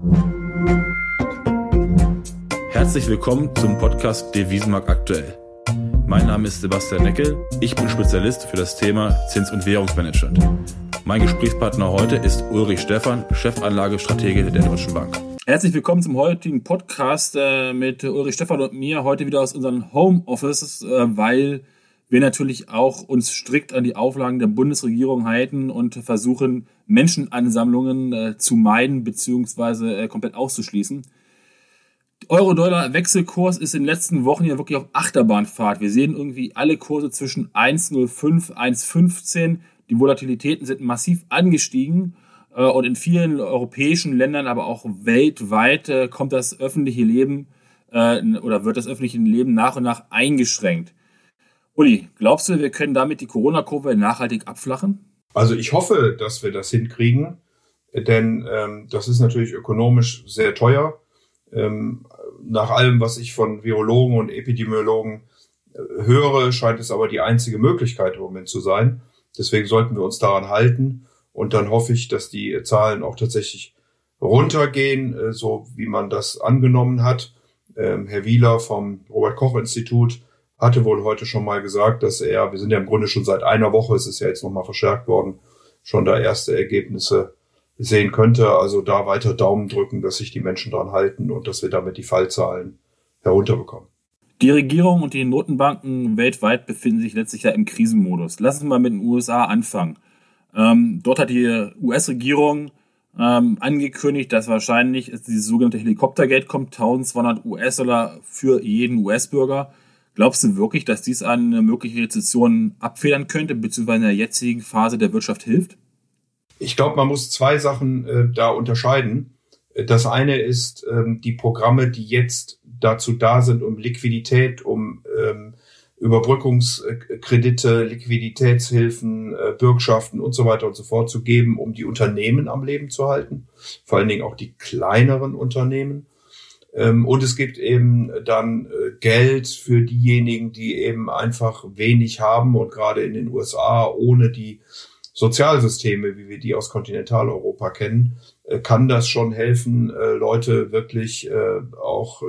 Herzlich willkommen zum Podcast Devisenmarkt aktuell. Mein Name ist Sebastian Neckel, ich bin Spezialist für das Thema Zins- und Währungsmanagement. Mein Gesprächspartner heute ist Ulrich Stephan, Chefanlagestratege der Deutschen Bank. Herzlich willkommen zum heutigen Podcast mit Ulrich Stephan und mir, heute wieder aus unseren Homeoffices, weil wir natürlich auch uns strikt an die Auflagen der Bundesregierung halten und versuchen, Menschenansammlungen zu meiden bzw. komplett auszuschließen. Euro-Dollar-Wechselkurs ist in den letzten Wochen ja wirklich auf Achterbahnfahrt. Wir sehen irgendwie alle Kurse zwischen 1,05, 1,15. Die Volatilitäten sind massiv angestiegen und in vielen europäischen Ländern, aber auch weltweit kommt das öffentliche Leben oder wird das öffentliche Leben nach und nach eingeschränkt. Uli, glaubst du, wir können damit die Corona-Kurve nachhaltig abflachen? Also ich hoffe, dass wir das hinkriegen, denn das ist natürlich ökonomisch sehr teuer. Nach allem, was ich von Virologen und Epidemiologen höre, scheint es aber die einzige Möglichkeit im Moment zu sein. Deswegen sollten wir uns daran halten. Und dann hoffe ich, dass die Zahlen auch tatsächlich runtergehen, so wie man das angenommen hat. Herr Wieler vom Robert-Koch-Institut hatte wohl heute schon mal gesagt, dass wir sind ja im Grunde schon seit einer Woche, es ist ja jetzt nochmal verstärkt worden, schon da erste Ergebnisse sehen könnte. Also da weiter Daumen drücken, dass sich die Menschen daran halten und dass wir damit die Fallzahlen herunterbekommen. Die Regierung und die Notenbanken weltweit befinden sich letztlich ja im Krisenmodus. Lassen wir mal mit den USA anfangen. Dort hat die US-Regierung angekündigt, dass wahrscheinlich dieses sogenannte Helikoptergeld kommt, $1.200 für jeden US-Bürger. Glaubst du wirklich, dass dies eine mögliche Rezession abfedern könnte, beziehungsweise in der jetzigen Phase der Wirtschaft hilft? Ich glaube, man muss zwei Sachen da unterscheiden. Das eine ist die Programme, die jetzt dazu da sind, um Liquidität, um Überbrückungskredite, Liquiditätshilfen, Bürgschaften und so weiter und so fort zu geben, um die Unternehmen am Leben zu halten. Vor allen Dingen auch die kleineren Unternehmen. Und es gibt eben dann Geld für diejenigen, die eben einfach wenig haben und gerade in den USA ohne die Sozialsysteme, wie wir die aus Kontinentaleuropa kennen, kann das schon helfen, Leute wirklich auch,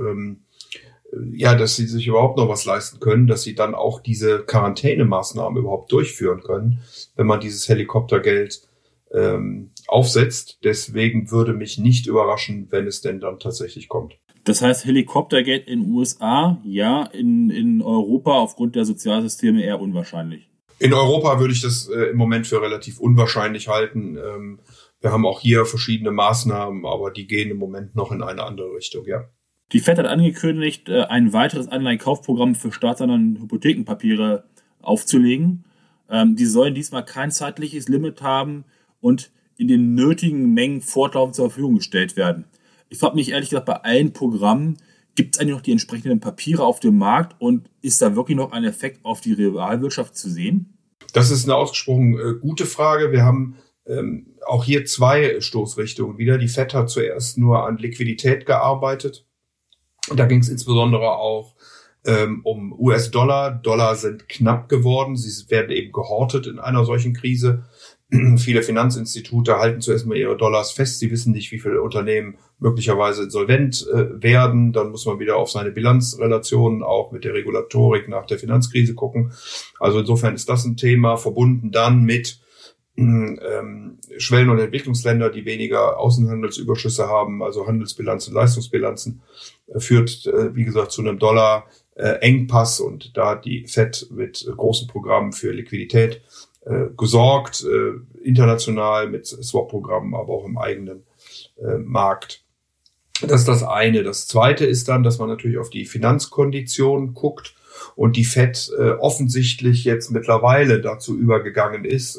dass sie sich überhaupt noch was leisten können, dass sie dann auch diese Quarantänemaßnahmen überhaupt durchführen können, wenn man dieses Helikoptergeld aufsetzt. Deswegen würde mich nicht überraschen, wenn es denn dann tatsächlich kommt. Das heißt, Helikoptergeld in den USA, ja, in Europa aufgrund der Sozialsysteme eher unwahrscheinlich. In Europa würde ich das im Moment für relativ unwahrscheinlich halten. Wir haben auch hier verschiedene Maßnahmen, aber die gehen im Moment noch in eine andere Richtung, ja. Die FED hat angekündigt, ein weiteres Anleihenkaufprogramm für Staatsanleihen und Hypothekenpapiere aufzulegen. Die sollen diesmal kein zeitliches Limit haben und in den nötigen Mengen fortlaufend zur Verfügung gestellt werden. Ich frage mich ehrlich gesagt, bei allen Programmen, gibt es eigentlich noch die entsprechenden Papiere auf dem Markt und ist da wirklich noch ein Effekt auf die Realwirtschaft zu sehen? Das ist eine ausgesprochen gute Frage. Wir haben auch hier zwei Stoßrichtungen wieder. Die FED hat zuerst nur an Liquidität gearbeitet. Da ging es insbesondere auch um US-Dollar. Dollar sind knapp geworden. Sie werden eben gehortet in einer solchen Krise. Viele Finanzinstitute halten zuerst mal ihre Dollars fest. Sie wissen nicht, wie viele Unternehmen möglicherweise insolvent werden. Dann muss man wieder auf seine Bilanzrelationen auch mit der Regulatorik nach der Finanzkrise gucken. Also insofern ist das ein Thema, verbunden dann mit Schwellen- und Entwicklungsländer, die weniger Außenhandelsüberschüsse haben, also Handelsbilanzen, Leistungsbilanzen, führt, wie gesagt, zu einem Dollar-Engpass. Und da hat die FED mit großen Programmen für Liquidität gesorgt, international mit Swap-Programmen, aber auch im eigenen Markt. Das ist das eine. Das zweite ist dann, dass man natürlich auf die Finanzkonditionen guckt und die FED offensichtlich jetzt mittlerweile dazu übergegangen ist,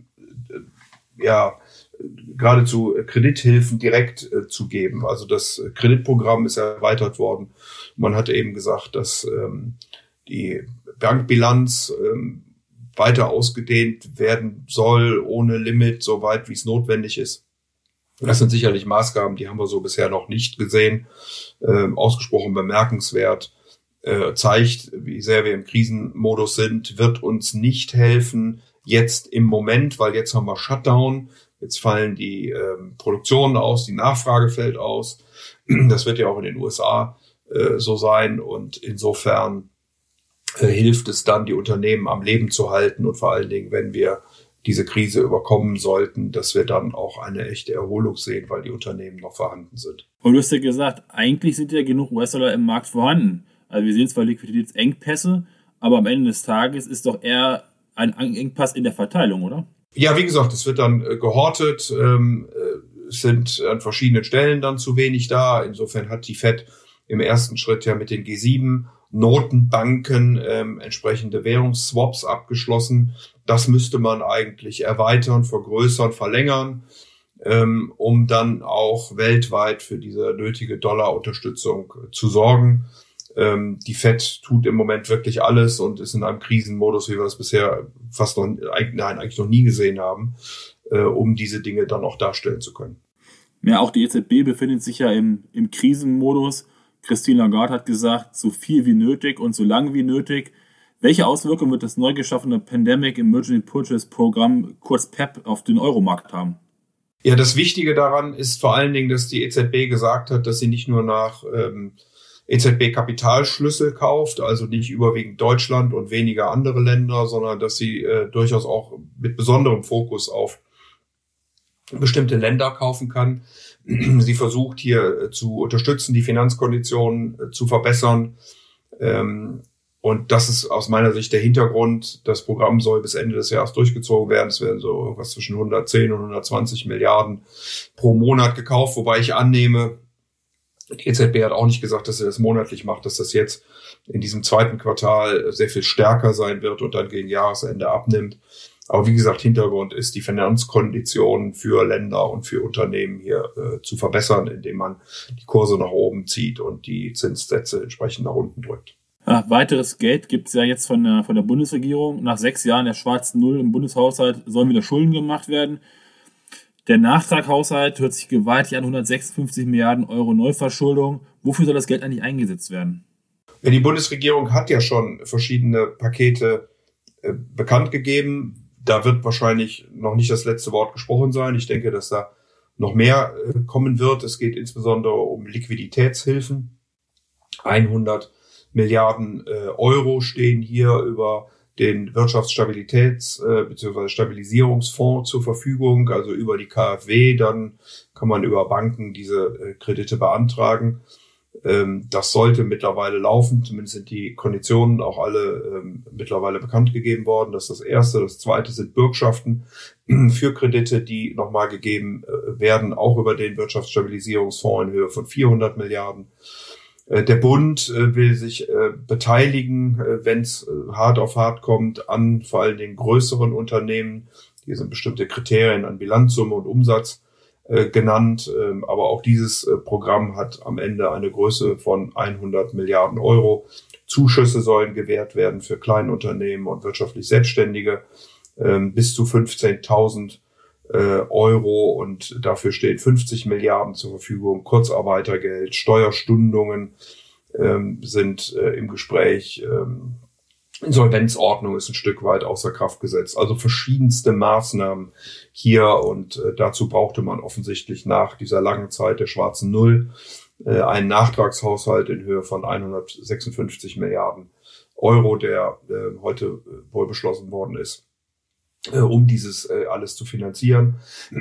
geradezu Kredithilfen direkt zu geben. Also das Kreditprogramm ist erweitert worden. Man hat eben gesagt, dass die Bankbilanz weiter ausgedehnt werden soll, ohne Limit, so weit wie es notwendig ist. Das sind sicherlich Maßgaben, die haben wir so bisher noch nicht gesehen. Ausgesprochen bemerkenswert, zeigt, wie sehr wir im Krisenmodus sind, wird uns nicht helfen jetzt im Moment, weil jetzt haben wir Shutdown. Jetzt fallen die Produktionen aus, die Nachfrage fällt aus. Das wird ja auch in den USA so sein. Und insofern hilft es dann, die Unternehmen am Leben zu halten. Und vor allen Dingen, wenn wir diese Krise überkommen sollten, dass wir dann auch eine echte Erholung sehen, weil die Unternehmen noch vorhanden sind. Und du hast ja gesagt, eigentlich sind ja genug US-Dollar im Markt vorhanden. Also wir sehen zwar Liquiditätsengpässe, aber am Ende des Tages ist doch eher ein Engpass in der Verteilung, oder? Ja, wie gesagt, es wird dann gehortet, es sind an verschiedenen Stellen dann zu wenig da. Insofern hat die FED im ersten Schritt ja mit den G7 Notenbanken entsprechende Währungsswaps abgeschlossen. Das müsste man eigentlich erweitern, vergrößern, verlängern, um dann auch weltweit für diese nötige Dollarunterstützung zu sorgen. Die FED tut im Moment wirklich alles und ist in einem Krisenmodus, wie wir das bisher eigentlich noch nie gesehen haben, um diese Dinge dann auch darstellen zu können. Ja, auch die EZB befindet sich ja im Krisenmodus. Christine Lagarde hat gesagt, so viel wie nötig und so lange wie nötig. Welche Auswirkungen wird das neu geschaffene Pandemic Emergency Purchase Programm, kurz PEP, auf den Euromarkt haben? Ja, das Wichtige daran ist vor allen Dingen, dass die EZB gesagt hat, dass sie nicht nur nach EZB-Kapitalschlüssel kauft, also nicht überwiegend Deutschland und weniger andere Länder, sondern dass sie durchaus auch mit besonderem Fokus auf bestimmte Länder kaufen kann. Sie versucht hier zu unterstützen, die Finanzkonditionen zu verbessern. Und das ist aus meiner Sicht der Hintergrund. Das Programm soll bis Ende des Jahres durchgezogen werden. Es werden so irgendwas zwischen 110 und 120 Milliarden pro Monat gekauft, wobei ich annehme, die EZB hat auch nicht gesagt, dass sie das monatlich macht, dass das jetzt in diesem zweiten Quartal sehr viel stärker sein wird und dann gegen Jahresende abnimmt. Aber wie gesagt, Hintergrund ist, die Finanzkonditionen für Länder und für Unternehmen hier zu verbessern, indem man die Kurse nach oben zieht und die Zinssätze entsprechend nach unten drückt. Ja, weiteres Geld gibt es ja jetzt von der Bundesregierung. Nach 6 Jahren der schwarzen Null im Bundeshaushalt sollen wieder Schulden gemacht werden. Der Nachtraghaushalt hört sich gewaltig an, 156 Milliarden Euro Neuverschuldung. Wofür soll das Geld eigentlich eingesetzt werden? Ja, die Bundesregierung hat ja schon verschiedene Pakete bekannt gegeben. Da wird wahrscheinlich noch nicht das letzte Wort gesprochen sein. Ich denke, dass da noch mehr kommen wird. Es geht insbesondere um Liquiditätshilfen. 100 Milliarden Euro stehen hier über den Wirtschaftsstabilitäts- bzw. Stabilisierungsfonds zur Verfügung, also über die KfW. Dann kann man über Banken diese Kredite beantragen. Das sollte mittlerweile laufen. Zumindest sind die Konditionen auch alle mittlerweile bekannt gegeben worden. Das ist das Erste. Das Zweite sind Bürgschaften für Kredite, die nochmal gegeben werden, auch über den Wirtschaftsstabilisierungsfonds in Höhe von 400 Milliarden. Der Bund will sich beteiligen, wenn es hart auf hart kommt, an vor allen Dingen größeren Unternehmen. Hier sind bestimmte Kriterien an Bilanzsumme und Umsatz genannt. Aber auch dieses Programm hat am Ende eine Größe von 100 Milliarden Euro. Zuschüsse sollen gewährt werden für Kleinunternehmen und wirtschaftlich Selbstständige bis zu 15.000 Euro, und dafür stehen 50 Milliarden zur Verfügung. Kurzarbeitergeld, Steuerstundungen sind im Gespräch. Insolvenzordnung ist ein Stück weit außer Kraft gesetzt. Also verschiedenste Maßnahmen hier, und dazu brauchte man offensichtlich nach dieser langen Zeit der schwarzen Null einen Nachtragshaushalt in Höhe von 156 Milliarden Euro, der heute wohl beschlossen worden ist, um dieses alles zu finanzieren.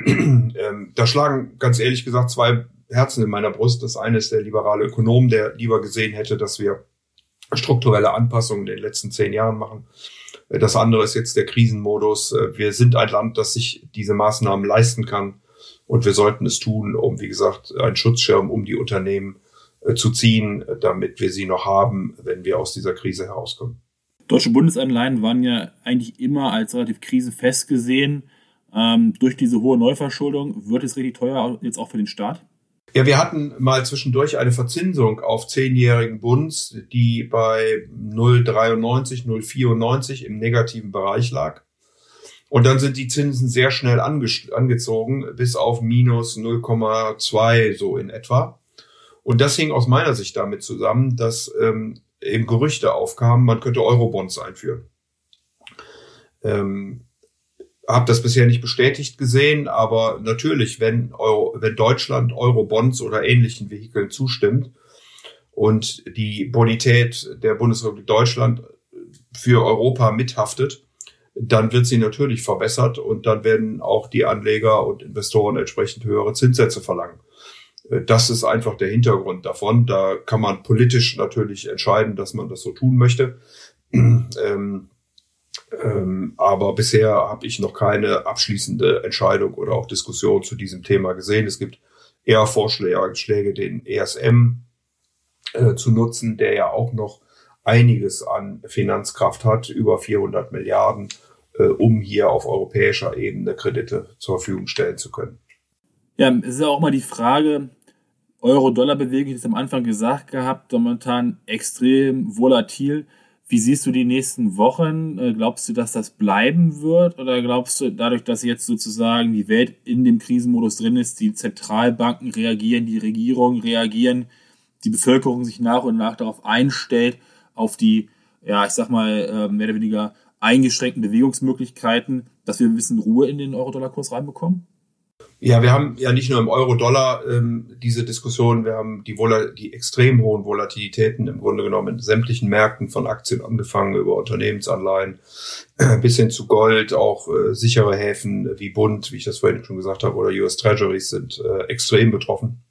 Da schlagen ganz ehrlich gesagt zwei Herzen in meiner Brust. Das eine ist der liberale Ökonom, der lieber gesehen hätte, dass wir strukturelle Anpassungen in den letzten 10 Jahren machen. Das andere ist jetzt der Krisenmodus. Wir sind ein Land, das sich diese Maßnahmen leisten kann, und wir sollten es tun, um, wie gesagt, einen Schutzschirm um die Unternehmen zu ziehen, damit wir sie noch haben, wenn wir aus dieser Krise herauskommen. Deutsche Bundesanleihen waren ja eigentlich immer als relativ krisenfest gesehen. Durch diese hohe Neuverschuldung wird es richtig teuer, jetzt auch für den Staat? Ja, wir hatten mal zwischendurch eine Verzinsung auf 10-jährigen Bunds, die bei 0,93, 0,94 im negativen Bereich lag. Und dann sind die Zinsen sehr schnell angezogen, bis auf minus 0,2 so in etwa. Und das hing aus meiner Sicht damit zusammen, dass eben Gerüchte aufkamen, man könnte Eurobonds einführen. habe das bisher nicht bestätigt gesehen, aber natürlich, wenn Deutschland Eurobonds oder ähnlichen Vehikeln zustimmt und die Bonität der Bundesrepublik Deutschland für Europa mithaftet, dann wird sie natürlich verbessert und dann werden auch die Anleger und Investoren entsprechend höhere Zinssätze verlangen. Das ist einfach der Hintergrund davon. Da kann man politisch natürlich entscheiden, dass man das so tun möchte. Aber bisher habe ich noch keine abschließende Entscheidung oder auch Diskussion zu diesem Thema gesehen. Es gibt eher Vorschläge, den ESM zu nutzen, der ja auch noch einiges an Finanzkraft hat, über 400 Milliarden, um hier auf europäischer Ebene Kredite zur Verfügung stellen zu können. Ja, es ist ja auch mal die Frage, Euro-Dollar-Bewegung, ich habe am Anfang gesagt gehabt, momentan extrem volatil. Wie siehst du die nächsten Wochen? Glaubst du, dass das bleiben wird? Oder glaubst du, dadurch, dass jetzt sozusagen die Welt in dem Krisenmodus drin ist, die Zentralbanken reagieren, die Regierungen reagieren, die Bevölkerung sich nach und nach darauf einstellt, auf die, ja, ich sag mal, mehr oder weniger eingeschränkten Bewegungsmöglichkeiten, dass wir ein bisschen Ruhe in den Euro-Dollar-Kurs reinbekommen? Ja, wir haben ja nicht nur im Euro-Dollar diese Diskussion, wir haben die extrem hohen Volatilitäten im Grunde genommen in sämtlichen Märkten, von Aktien angefangen über Unternehmensanleihen bis hin zu Gold, auch sichere Häfen wie Bund, wie ich das vorhin schon gesagt habe, oder US Treasuries sind extrem betroffen.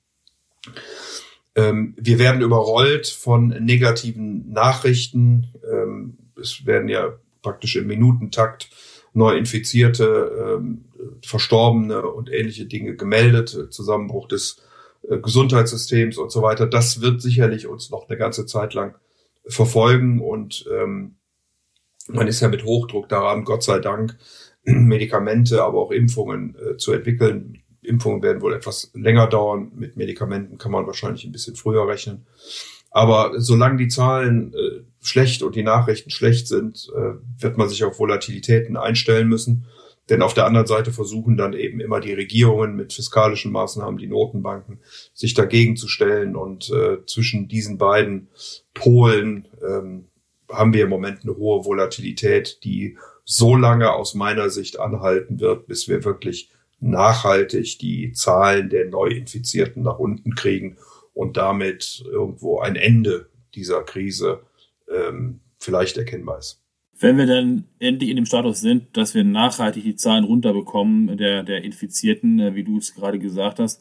Wir werden überrollt von negativen Nachrichten. Es werden ja praktisch im Minutentakt Neuinfizierte, Verstorbene und ähnliche Dinge gemeldet, Zusammenbruch des Gesundheitssystems und so weiter. Das wird sicherlich uns noch eine ganze Zeit lang verfolgen und man ist ja mit Hochdruck daran, Gott sei Dank, Medikamente, aber auch Impfungen zu entwickeln. Impfungen werden wohl etwas länger dauern. Mit Medikamenten kann man wahrscheinlich ein bisschen früher rechnen. Aber solange die Zahlen schlecht und die Nachrichten schlecht sind, wird man sich auf Volatilitäten einstellen müssen. Denn auf der anderen Seite versuchen dann eben immer die Regierungen mit fiskalischen Maßnahmen, die Notenbanken, sich dagegen zu stellen. Und zwischen diesen beiden Polen haben wir im Moment eine hohe Volatilität, die so lange aus meiner Sicht anhalten wird, bis wir wirklich nachhaltig die Zahlen der Neuinfizierten nach unten kriegen und damit irgendwo ein Ende dieser Krise vielleicht erkennbar ist. Wenn wir dann endlich in dem Status sind, dass wir nachhaltig die Zahlen runterbekommen der Infizierten, wie du es gerade gesagt hast,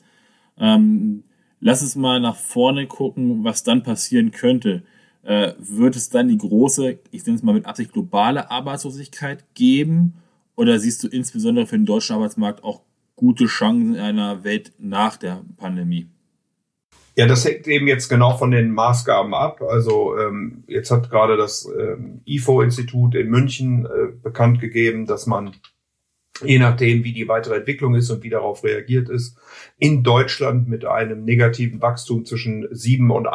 lass uns mal nach vorne gucken, was dann passieren könnte. Wird es dann die große, ich nenne es mal mit Absicht, globale Arbeitslosigkeit geben? Oder siehst du insbesondere für den deutschen Arbeitsmarkt auch gute Chancen in einer Welt nach der Pandemie? Ja, das hängt eben jetzt genau von den Maßgaben ab. Also jetzt hat gerade das IFO-Institut in München bekannt gegeben, dass man, je nachdem wie die weitere Entwicklung ist und wie darauf reagiert ist, in Deutschland mit einem negativen Wachstum zwischen 7 und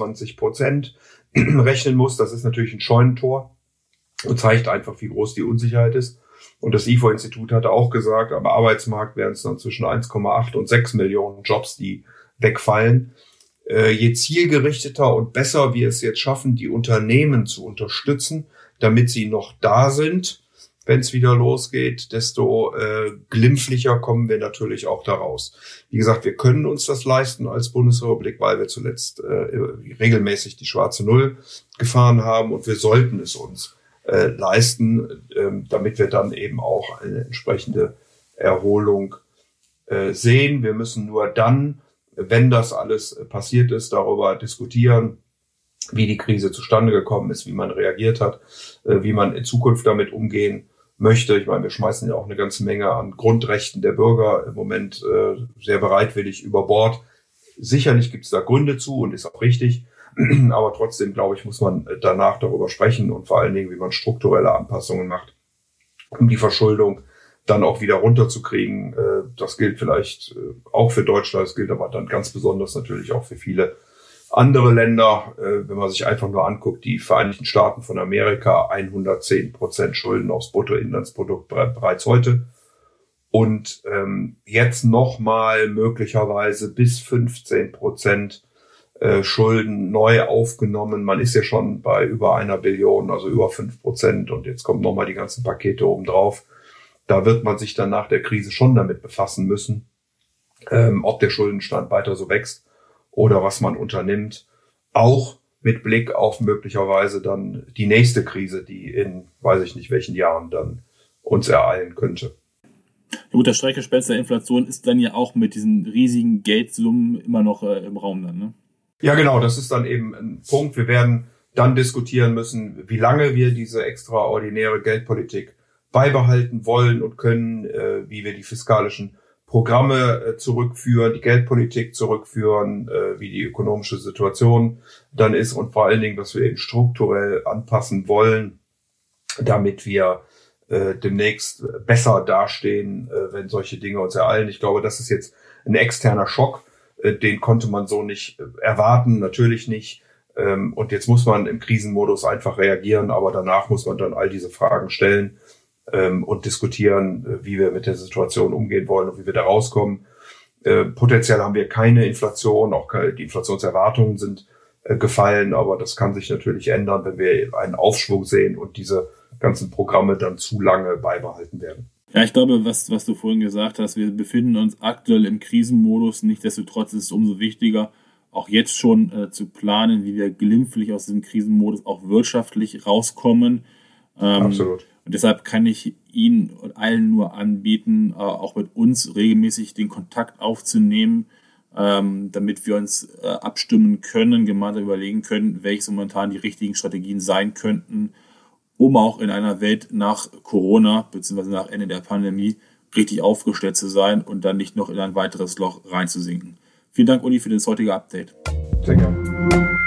21% rechnen muss. Das ist natürlich ein Scheunentor und zeigt einfach, wie groß die Unsicherheit ist. Und das IFO-Institut hatte auch gesagt, am Arbeitsmarkt wären es dann zwischen 1,8 und 6 Millionen Jobs, die wegfallen. Je zielgerichteter und besser wir es jetzt schaffen, die Unternehmen zu unterstützen, damit sie noch da sind, wenn es wieder losgeht, desto glimpflicher kommen wir natürlich auch da raus. Wie gesagt, wir können uns das leisten als Bundesrepublik, weil wir zuletzt regelmäßig die schwarze Null gefahren haben und wir sollten es uns leisten, damit wir dann eben auch eine entsprechende Erholung sehen. Wir müssen nur dann, wenn das alles passiert ist, darüber diskutieren, wie die Krise zustande gekommen ist, wie man reagiert hat, wie man in Zukunft damit umgehen möchte. Ich meine, wir schmeißen ja auch eine ganze Menge an Grundrechten der Bürger im Moment sehr bereitwillig über Bord. Sicherlich gibt es da Gründe zu und ist auch richtig. Aber trotzdem, glaube ich, muss man danach darüber sprechen und vor allen Dingen, wie man strukturelle Anpassungen macht, um die Verschuldung dann auch wieder runterzukriegen. Das gilt vielleicht auch für Deutschland, das gilt aber dann ganz besonders natürlich auch für viele andere Länder. Wenn man sich einfach nur anguckt, die Vereinigten Staaten von Amerika, 110% Schulden aufs Bruttoinlandsprodukt bereits heute. Und jetzt nochmal möglicherweise bis 15% Schulden neu aufgenommen. Man ist ja schon bei über 1 Billion, also über 5%. Und jetzt kommen nochmal die ganzen Pakete obendrauf. da wird man sich dann nach der Krise schon damit befassen müssen, ob der Schuldenstand weiter so wächst oder was man unternimmt. Auch mit Blick auf möglicherweise dann die nächste Krise, die in, weiß ich nicht welchen Jahren dann uns ereilen könnte. Ja gut, das Schreckgespenst der Inflation ist dann ja auch mit diesen riesigen Geldsummen immer noch im Raum dann, ne? Ja, genau, das ist dann eben ein Punkt. Wir werden dann diskutieren müssen, wie lange wir diese extraordinäre Geldpolitik beibehalten wollen und können, wie wir die fiskalischen Programme zurückführen, die Geldpolitik zurückführen, wie die ökonomische Situation dann ist und vor allen Dingen, dass wir eben strukturell anpassen wollen, damit wir demnächst besser dastehen, wenn solche Dinge uns ereilen. Ich glaube, das ist jetzt ein externer Schock, den konnte man so nicht erwarten, natürlich nicht. Und jetzt muss man im Krisenmodus einfach reagieren, aber danach muss man dann all diese Fragen stellen und diskutieren, wie wir mit der Situation umgehen wollen und wie wir da rauskommen. Potenziell haben wir keine Inflation, auch die Inflationserwartungen sind gefallen, aber das kann sich natürlich ändern, wenn wir einen Aufschwung sehen und diese ganzen Programme dann zu lange beibehalten werden. Ja, ich glaube, was du vorhin gesagt hast, wir befinden uns aktuell im Krisenmodus. Nichtsdestotrotz ist es umso wichtiger, auch jetzt schon zu planen, wie wir glimpflich aus diesem Krisenmodus auch wirtschaftlich rauskommen. Absolut. Und deshalb kann ich Ihnen und allen nur anbieten, auch mit uns regelmäßig den Kontakt aufzunehmen, damit wir uns abstimmen können, gemeinsam überlegen können, welche momentan die richtigen Strategien sein könnten, um auch in einer Welt nach Corona bzw. nach Ende der Pandemie richtig aufgestellt zu sein und dann nicht noch in ein weiteres Loch reinzusinken. Vielen Dank, Uli, für das heutige Update. Sehr gerne.